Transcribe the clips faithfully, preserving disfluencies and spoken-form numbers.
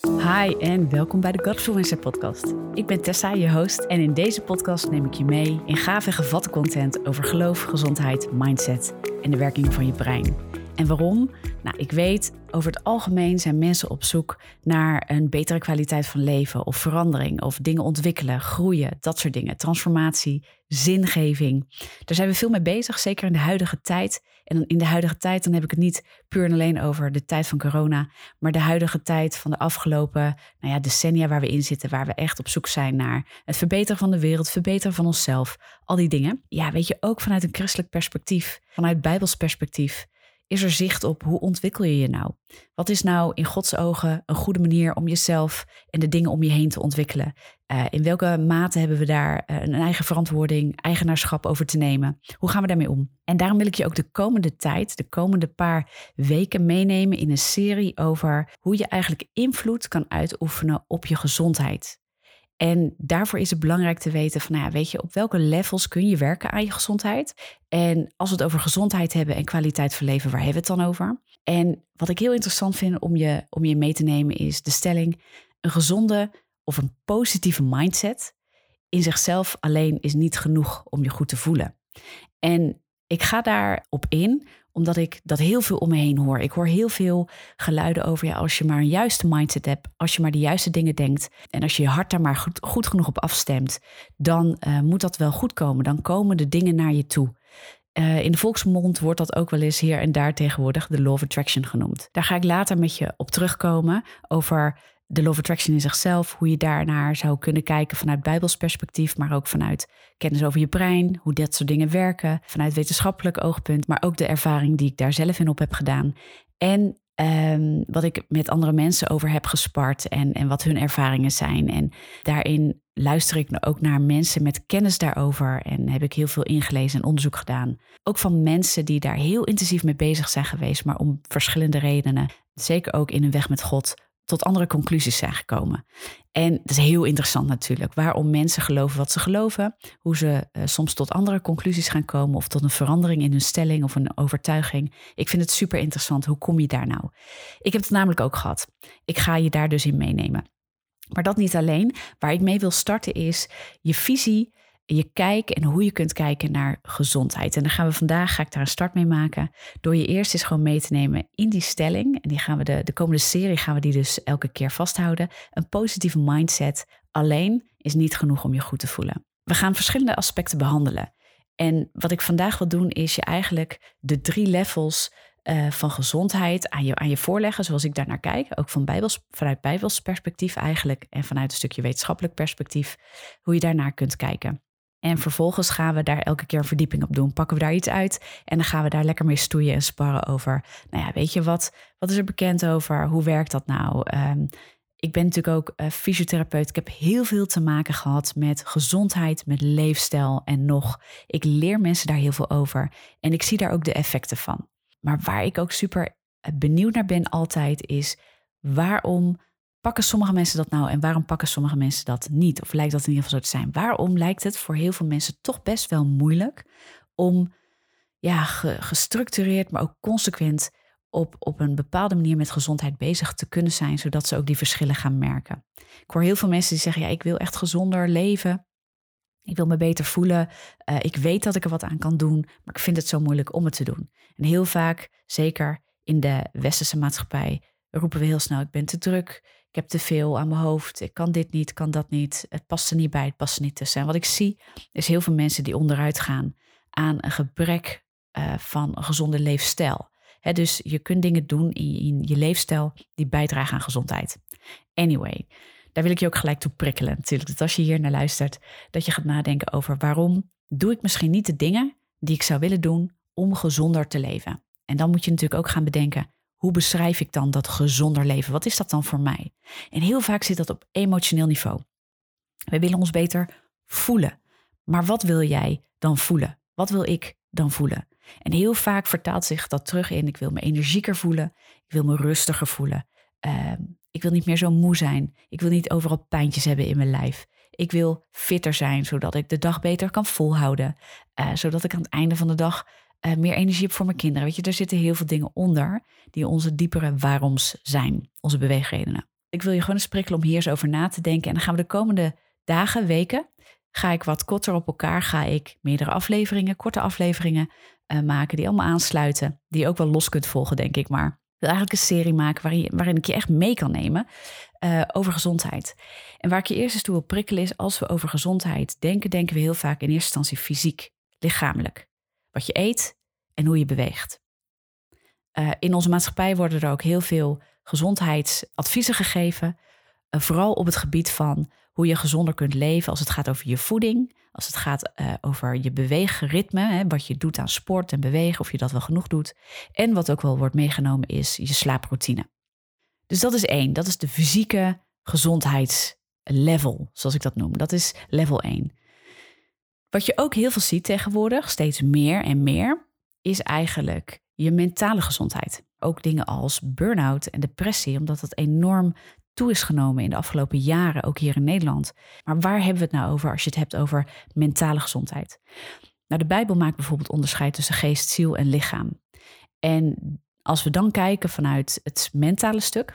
Hi en welkom bij de Godfluencer podcast. Ik ben Tessa, je host, en in deze podcast neem ik je mee in gaaf en gevatte content over geloof, gezondheid, mindset en de werking van je brein. En waarom? Nou, ik weet, over het algemeen zijn mensen op zoek naar een betere kwaliteit van leven of verandering of dingen ontwikkelen, groeien, dat soort dingen, transformatie, zingeving. Daar zijn we veel mee bezig, zeker in de huidige tijd. En in de huidige tijd, dan heb ik het niet puur en alleen over de tijd van corona, maar de huidige tijd van de afgelopen nou ja, decennia waar we in zitten, waar we echt op zoek zijn naar het verbeteren van de wereld, het verbeteren van onszelf, al die dingen. Ja, weet je, ook vanuit een christelijk perspectief, vanuit Bijbels perspectief, is er zicht op hoe ontwikkel je je nou? Wat is nou in Gods ogen een goede manier om jezelf en de dingen om je heen te ontwikkelen? Uh, in welke mate hebben we daar uh, een eigen verantwoording, eigenaarschap over te nemen? Hoe gaan we daarmee om? En daarom wil ik je ook de komende tijd, de komende paar weken meenemen in een serie over hoe je eigenlijk invloed kan uitoefenen op je gezondheid. En daarvoor is het belangrijk te weten van, nou ja, weet je, op welke levels kun je werken aan je gezondheid? En als we het over gezondheid hebben en kwaliteit van leven, waar hebben we het dan over? En wat ik heel interessant vind om je, om je mee te nemen is de stelling: een gezonde of een positieve mindset in zichzelf alleen is niet genoeg om je goed te voelen. En ik ga daarop in, omdat ik dat heel veel om me heen hoor. Ik hoor heel veel geluiden over, ja, als je maar een juiste mindset hebt, als je maar de juiste dingen denkt en als je je hart daar maar goed, goed genoeg op afstemt, dan uh, moet dat wel goed komen. Dan komen de dingen naar je toe. Uh, in de volksmond wordt dat ook wel eens hier en daar tegenwoordig de Law of Attraction genoemd. Daar ga ik later met je op terugkomen over de Law of Attraction in zichzelf, hoe je daarnaar zou kunnen kijken vanuit Bijbels perspectief, maar ook vanuit kennis over je brein, hoe dat soort dingen werken, vanuit wetenschappelijk oogpunt, maar ook de ervaring die ik daar zelf in op heb gedaan. En um, wat ik met andere mensen over heb gespart en, en wat hun ervaringen zijn. En daarin luister ik ook naar mensen met kennis daarover en heb ik heel veel ingelezen en onderzoek gedaan. Ook van mensen die daar heel intensief mee bezig zijn geweest, maar om verschillende redenen, zeker ook in hun weg met God, tot andere conclusies zijn gekomen. En dat is heel interessant natuurlijk. Waarom mensen geloven wat ze geloven. Hoe ze uh, soms tot andere conclusies gaan komen. Of tot een verandering in hun stelling of een overtuiging. Ik vind het super interessant. Hoe kom je daar nou? Ik heb het namelijk ook gehad. Ik ga je daar dus in meenemen. Maar dat niet alleen. Waar ik mee wil starten is je visie, je kijk en hoe je kunt kijken naar gezondheid. En dan gaan we vandaag, ga ik daar een start mee maken, door je eerst eens gewoon mee te nemen in die stelling. En die gaan we de, de komende serie gaan we die dus elke keer vasthouden. Een positieve mindset alleen is niet genoeg om je goed te voelen. We gaan verschillende aspecten behandelen. En wat ik vandaag wil doen is je eigenlijk de drie levels uh, van gezondheid aan je, aan je voorleggen, zoals ik daarnaar kijk. Ook van Bijbels, vanuit Bijbels perspectief eigenlijk en vanuit een stukje wetenschappelijk perspectief, hoe je daarnaar kunt kijken. En vervolgens gaan we daar elke keer een verdieping op doen. Pakken we daar iets uit en dan gaan we daar lekker mee stoeien en sparren over. Nou ja, weet je wat? Wat is er bekend over? Hoe werkt dat nou? Um, ik ben natuurlijk ook uh, fysiotherapeut. Ik heb heel veel te maken gehad met gezondheid, met leefstijl en nog. Ik leer mensen daar heel veel over. En ik zie daar ook de effecten van. Maar waar ik ook super benieuwd naar ben altijd is, waarom pakken sommige mensen dat nou en waarom pakken sommige mensen dat niet? Of lijkt dat in ieder geval zo te zijn? Waarom lijkt het voor heel veel mensen toch best wel moeilijk om ja, ge, gestructureerd, maar ook consequent op, op een bepaalde manier met gezondheid bezig te kunnen zijn, zodat ze ook die verschillen gaan merken? Ik hoor heel veel mensen die zeggen, ja, ik wil echt gezonder leven. Ik wil me beter voelen. Uh, ik weet dat ik er wat aan kan doen, maar ik vind het zo moeilijk om het te doen. En heel vaak, zeker in de westerse maatschappij, roepen we heel snel, ik ben te druk. Ik heb te veel aan mijn hoofd. Ik kan dit niet, kan dat niet. Het past er niet bij, het past er niet tussen. En wat ik zie is heel veel mensen die onderuit gaan aan een gebrek uh, van een gezonde leefstijl. He, dus je kunt dingen doen in, in je leefstijl die bijdragen aan gezondheid. Anyway, daar wil ik je ook gelijk toe prikkelen natuurlijk. Dat als je hier naar luistert, dat je gaat nadenken over waarom doe ik misschien niet de dingen die ik zou willen doen om gezonder te leven. En dan moet je natuurlijk ook gaan bedenken, hoe beschrijf ik dan dat gezonder leven? Wat is dat dan voor mij? En heel vaak zit dat op emotioneel niveau. We willen ons beter voelen. Maar wat wil jij dan voelen? Wat wil ik dan voelen? En heel vaak vertaalt zich dat terug in, ik wil me energieker voelen. Ik wil me rustiger voelen. Uh, ik wil niet meer zo moe zijn. Ik wil niet overal pijntjes hebben in mijn lijf. Ik wil fitter zijn, zodat ik de dag beter kan volhouden. Uh, zodat ik aan het einde van de dag Uh, meer energie heb voor mijn kinderen. Weet je, er zitten heel veel dingen onder die onze diepere waaroms zijn, onze beweegredenen. ik wil je gewoon eens prikkelen om hier eens over na te denken. En dan gaan we de komende dagen, weken, ga ik wat korter op elkaar. Ga ik meerdere afleveringen, korte afleveringen uh, maken die allemaal aansluiten. Die je ook wel los kunt volgen, denk ik. Maar ik wil eigenlijk een serie maken waarin, waarin ik je echt mee kan nemen uh, over gezondheid. En waar ik je eerst eens toe wil prikkelen is, als we over gezondheid denken, denken we heel vaak in eerste instantie fysiek, lichamelijk. Wat je eet en hoe je beweegt. Uh, in onze maatschappij worden er ook heel veel gezondheidsadviezen gegeven. Uh, vooral op het gebied van hoe je gezonder kunt leven als het gaat over je voeding. Als het gaat uh, over je beweegritme, hè, wat je doet aan sport en bewegen, of je dat wel genoeg doet. En wat ook wel wordt meegenomen is je slaaproutine. Dus dat is één. Dat is de fysieke gezondheidslevel, zoals ik dat noem. Dat is level één. Wat je ook heel veel ziet tegenwoordig, steeds meer en meer, is eigenlijk je mentale gezondheid. Ook dingen als burn-out en depressie, omdat dat enorm toe is genomen in de afgelopen jaren, ook hier in Nederland. Maar waar hebben we het nou over als je het hebt over mentale gezondheid? Nou, de Bijbel maakt bijvoorbeeld onderscheid tussen geest, ziel en lichaam. En als we dan kijken vanuit het mentale stuk,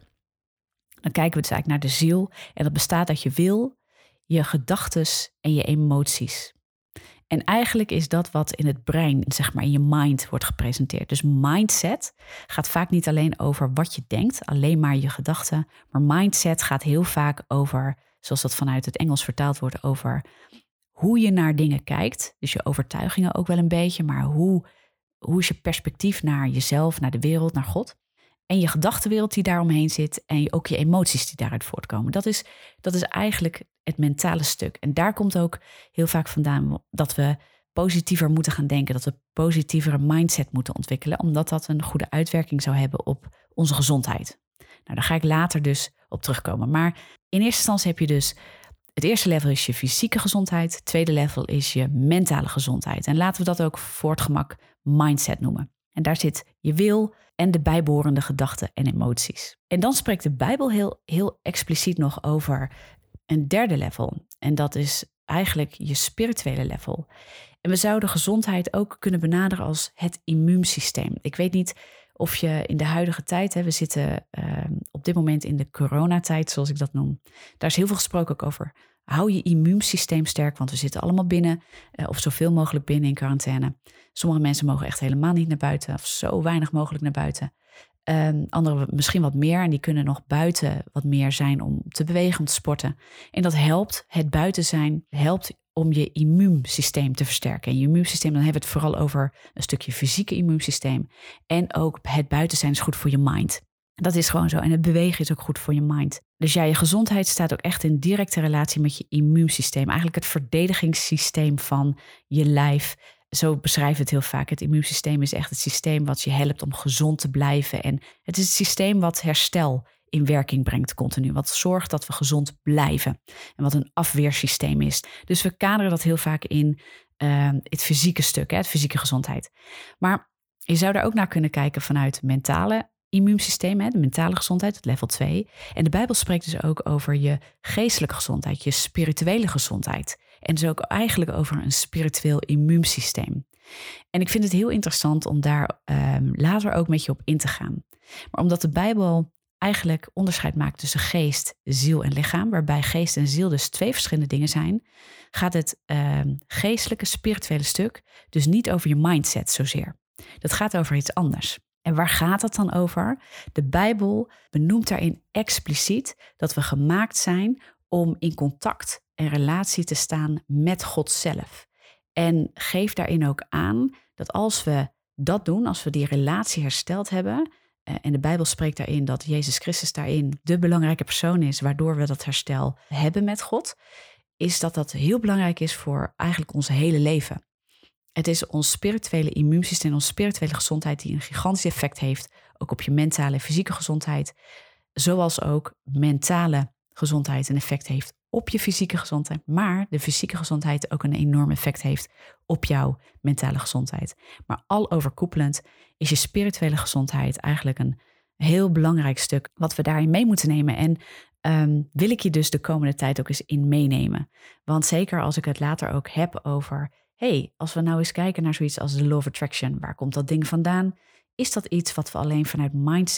dan kijken we dus eigenlijk naar de ziel. En dat bestaat uit je wil, je gedachtes en je emoties. En eigenlijk is dat wat in het brein, zeg maar in je mind, wordt gepresenteerd. Dus mindset gaat vaak niet alleen over wat je denkt, alleen maar je gedachten. Maar mindset gaat heel vaak over, zoals dat vanuit het Engels vertaald wordt, over hoe je naar dingen kijkt. Dus je overtuigingen ook wel een beetje, maar hoe, hoe is je perspectief naar jezelf, naar de wereld, naar God. En je gedachtenwereld die daaromheen zit en ook je emoties die daaruit voortkomen. Dat is, dat is eigenlijk het mentale stuk. En daar komt ook heel vaak vandaan dat we positiever moeten gaan denken. Dat we positievere mindset moeten ontwikkelen. Omdat dat een goede uitwerking zou hebben op onze gezondheid. Nou, daar ga ik later dus op terugkomen. Maar in eerste instantie heb je dus, het eerste level is je fysieke gezondheid. Het tweede level is je mentale gezondheid. En laten we dat ook voor het gemak mindset noemen. En daar zit je wil en de bijbehorende gedachten en emoties. En dan spreekt de Bijbel heel, heel expliciet nog over een derde level. En dat is eigenlijk je spirituele level. En we zouden gezondheid ook kunnen benaderen als het immuunsysteem. Ik weet niet of je in de huidige tijd, hè, we zitten uh, op dit moment in de coronatijd, zoals ik dat noem. Daar is heel veel gesproken ook over. Hou je immuunsysteem sterk, want we zitten allemaal binnen, uh, of zoveel mogelijk binnen in quarantaine. Sommige mensen mogen echt helemaal niet naar buiten, of zo weinig mogelijk naar buiten. Um, anderen misschien wat meer en die kunnen nog buiten wat meer zijn om te bewegen, om te sporten. En dat helpt, het buiten zijn helpt om je immuunsysteem te versterken. En je immuunsysteem, dan hebben we het vooral over een stukje fysieke immuunsysteem. En ook het buiten zijn is goed voor je mind. Dat is gewoon zo. En het bewegen is ook goed voor je mind. Dus ja, je gezondheid staat ook echt in directe relatie met je immuunsysteem. Eigenlijk het verdedigingssysteem van je lijf. Zo beschrijven we het heel vaak. Het immuunsysteem is echt het systeem wat je helpt om gezond te blijven. En het is het systeem wat herstel in werking brengt continu. Wat zorgt dat we gezond blijven. En wat een afweersysteem is. Dus we kaderen dat heel vaak in uh, het fysieke stuk, hè, het fysieke gezondheid. Maar je zou daar ook naar kunnen kijken vanuit mentale immuunsysteem, hè, de mentale gezondheid, het level twee. En de Bijbel spreekt dus ook over je geestelijke gezondheid, je spirituele gezondheid. En dus ook eigenlijk over een spiritueel immuunsysteem. En ik vind het heel interessant om daar um, later ook met je op in te gaan. Maar omdat de Bijbel eigenlijk onderscheid maakt tussen geest, ziel en lichaam, waarbij geest en ziel dus twee verschillende dingen zijn, gaat het um, geestelijke, spirituele stuk dus niet over je mindset zozeer. Dat gaat over iets anders. En waar gaat het dan over? De Bijbel benoemt daarin expliciet dat we gemaakt zijn om in contact en relatie te staan met God zelf. En geeft daarin ook aan dat als we dat doen, als we die relatie hersteld hebben, en de Bijbel spreekt daarin dat Jezus Christus daarin de belangrijke persoon is, waardoor we dat herstel hebben met God, is dat dat heel belangrijk is voor eigenlijk ons hele leven. Het is ons spirituele immuunsysteem, onze spirituele gezondheid die een gigantisch effect heeft, ook op je mentale en fysieke gezondheid, zoals ook mentale gezondheid een effect heeft op je fysieke gezondheid, maar de fysieke gezondheid ook een enorm effect heeft op jouw mentale gezondheid. Maar al overkoepelend is je spirituele gezondheid eigenlijk een heel belangrijk stuk wat we daarin mee moeten nemen. En um, wil ik je dus de komende tijd ook eens in meenemen. Want zeker als ik het later ook heb over, hey, als we nou eens kijken naar zoiets als de Law of Attraction, waar komt dat ding vandaan? Is dat iets wat we alleen vanuit mindset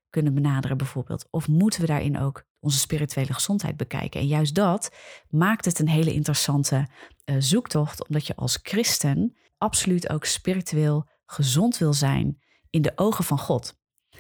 kunnen benaderen bijvoorbeeld? Of moeten we daarin ook onze spirituele gezondheid bekijken? En juist dat maakt het een hele interessante uh, zoektocht, omdat je als christen absoluut ook spiritueel gezond wil zijn in de ogen van God.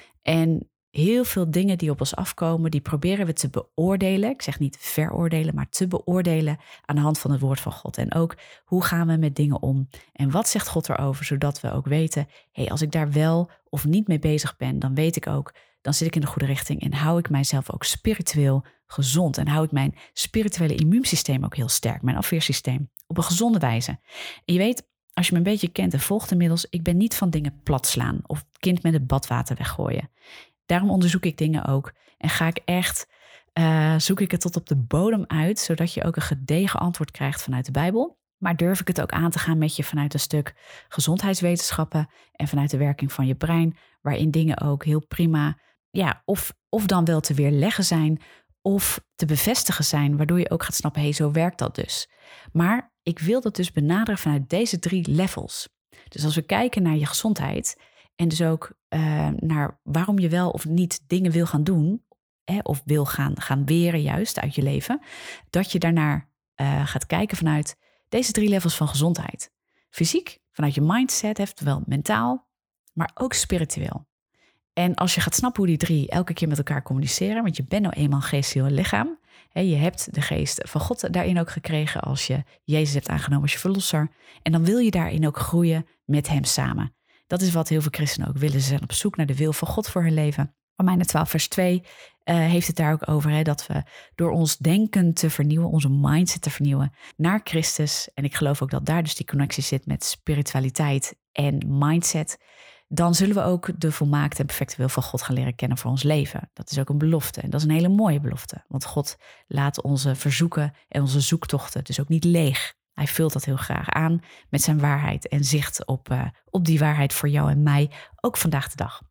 En heel veel dingen die op ons afkomen, die proberen we te beoordelen. Ik zeg niet veroordelen, maar te beoordelen aan de hand van het woord van God. En ook, hoe gaan we met dingen om? En wat zegt God erover, zodat we ook weten, hé, hey, als ik daar wel of niet mee bezig ben, dan weet ik ook, dan zit ik in de goede richting en hou ik mijzelf ook spiritueel gezond. En hou ik mijn spirituele immuunsysteem ook heel sterk, mijn afweersysteem, op een gezonde wijze. En je weet, als je me een beetje kent en volgt inmiddels, ik ben niet van dingen plat slaan of het kind met het badwater weggooien. Daarom onderzoek ik dingen ook en ga ik echt, uh, zoek ik het tot op de bodem uit, zodat je ook een gedegen antwoord krijgt vanuit de Bijbel. Maar durf ik het ook aan te gaan met je vanuit een stuk gezondheidswetenschappen en vanuit de werking van je brein, waarin dingen ook heel prima, ja, of, of dan wel te weerleggen zijn of te bevestigen zijn, waardoor je ook gaat snappen, hé, hey, zo werkt dat dus. Maar ik wil dat dus benaderen vanuit deze drie levels. Dus als we kijken naar je gezondheid en dus ook uh, naar waarom je wel of niet dingen wil gaan doen, hè, of wil gaan, gaan weren juist uit je leven, dat je daarnaar uh, gaat kijken vanuit deze drie levels van gezondheid. Fysiek, vanuit je mindset, oftewel mentaal, maar ook spiritueel. En als je gaat snappen hoe die drie elke keer met elkaar communiceren, want je bent nou eenmaal geest, ziel en lichaam. Hè, je hebt de geest van God daarin ook gekregen als je Jezus hebt aangenomen als je verlosser. En dan wil je daarin ook groeien met hem samen. Dat is wat heel veel christenen ook willen. Ze zijn op zoek naar de wil van God voor hun leven. Romeinen twaalf vers twee uh, heeft het daar ook over, hè, dat we door ons denken te vernieuwen, onze mindset te vernieuwen naar Christus. En ik geloof ook dat daar dus die connectie zit met spiritualiteit en mindset. Dan zullen we ook de volmaakte en perfecte wil van God gaan leren kennen voor ons leven. Dat is ook een belofte. En dat is een hele mooie belofte. Want God laat onze verzoeken en onze zoektochten dus ook niet leeg. Hij vult dat heel graag aan met zijn waarheid en zicht op, uh, op die waarheid voor jou en mij, ook vandaag de dag.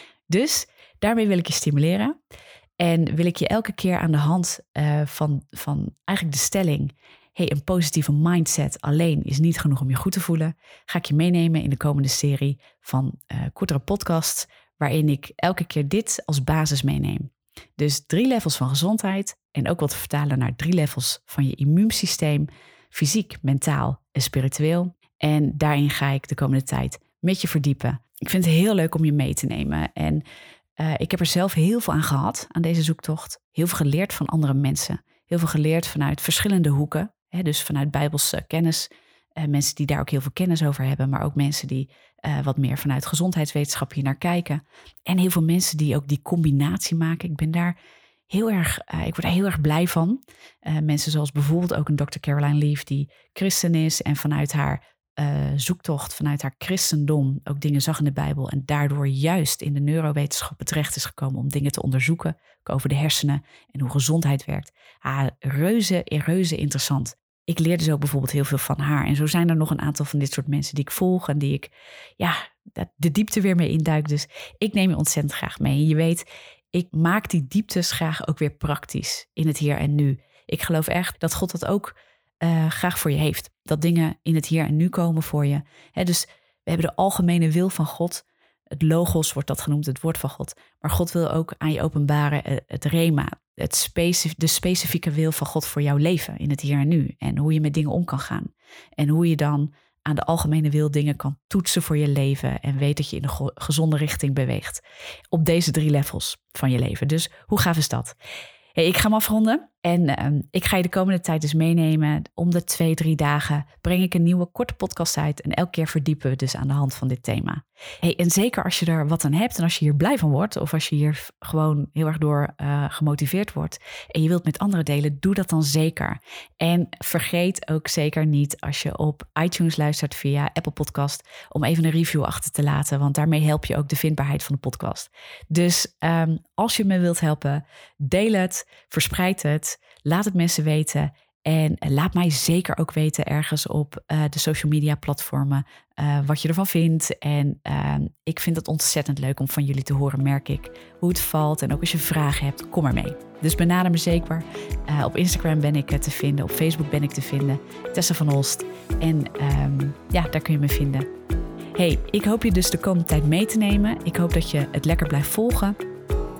Dus daarmee wil ik je stimuleren. En wil ik je elke keer aan de hand uh, van, van eigenlijk de stelling, hey, een positieve mindset alleen is niet genoeg om je goed te voelen, ga ik je meenemen in de komende serie van uh, kortere podcasts, waarin ik elke keer dit als basis meeneem. Dus drie levels van gezondheid en ook wat vertalen naar drie levels van je immuunsysteem, fysiek, mentaal en spiritueel. En daarin ga ik de komende tijd met je verdiepen. Ik vind het heel leuk om je mee te nemen. En uh, ik heb er zelf heel veel aan gehad, aan deze zoektocht. Heel veel geleerd van andere mensen. Heel veel geleerd vanuit verschillende hoeken. Hè, dus vanuit bijbelse kennis. Uh, mensen die daar ook heel veel kennis over hebben. Maar ook mensen die uh, wat meer vanuit gezondheidswetenschap hier naar kijken. En heel veel mensen die ook die combinatie maken. Ik ben daar heel erg, uh, ik word daar heel erg blij van. Uh, mensen zoals bijvoorbeeld ook een dokter Caroline Leaf die christen is en vanuit haar uh, zoektocht, vanuit haar christendom ook dingen zag in de Bijbel en daardoor juist in de neurowetenschappen terecht is gekomen om dingen te onderzoeken, ook over de hersenen en hoe gezondheid werkt. Ah, reuze, reuze interessant. Ik leer dus ook bijvoorbeeld heel veel van haar. En zo zijn er nog een aantal van dit soort mensen die ik volg en die ik ja, de diepte weer mee induik. Dus ik neem je ontzettend graag mee. En je weet, ik maak die dieptes graag ook weer praktisch in het hier en nu. Ik geloof echt dat God dat ook uh, graag voor je heeft. Dat dingen in het hier en nu komen voor je. He, dus we hebben de algemene wil van God. Het logos wordt dat genoemd, het woord van God. Maar God wil ook aan je openbaren het rema. Het specif- de specifieke wil van God voor jouw leven in het hier en nu. En hoe je met dingen om kan gaan. En hoe je dan aan de algemene wil dingen kan toetsen voor je leven. En weet dat je in een go- gezonde richting beweegt. Op deze drie levels van je leven. Dus hoe gaaf is dat? Hey, ik ga hem afronden. En uh, ik ga je de komende tijd dus meenemen. Om de twee, drie dagen breng ik een nieuwe korte podcast uit. En elke keer verdiepen we dus aan de hand van dit thema. Hey, en zeker als je er wat aan hebt en als je hier blij van wordt. Of als je hier gewoon heel erg door uh, gemotiveerd wordt. En je wilt met anderen delen, doe dat dan zeker. En vergeet ook zeker niet als je op iTunes luistert via Apple Podcast. Om even een review achter te laten. Want daarmee help je ook de vindbaarheid van de podcast. Dus um, als je me wilt helpen, deel het, verspreid het. Laat het mensen weten en laat mij zeker ook weten ergens op uh, de social media platformen uh, wat je ervan vindt. En uh, ik vind het ontzettend leuk om van jullie te horen, merk ik, hoe het valt. En ook als je vragen hebt, kom ermee. Dus benader me zeker. Uh, op Instagram ben ik te vinden, op Facebook ben ik te vinden. Tessa van Olst. En um, ja, daar kun je me vinden. Hey, ik hoop je dus de komende tijd mee te nemen. Ik hoop dat je het lekker blijft volgen.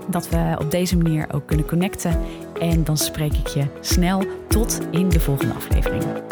dat we op deze manier ook kunnen connecten. En dan spreek ik je snel tot in de volgende aflevering.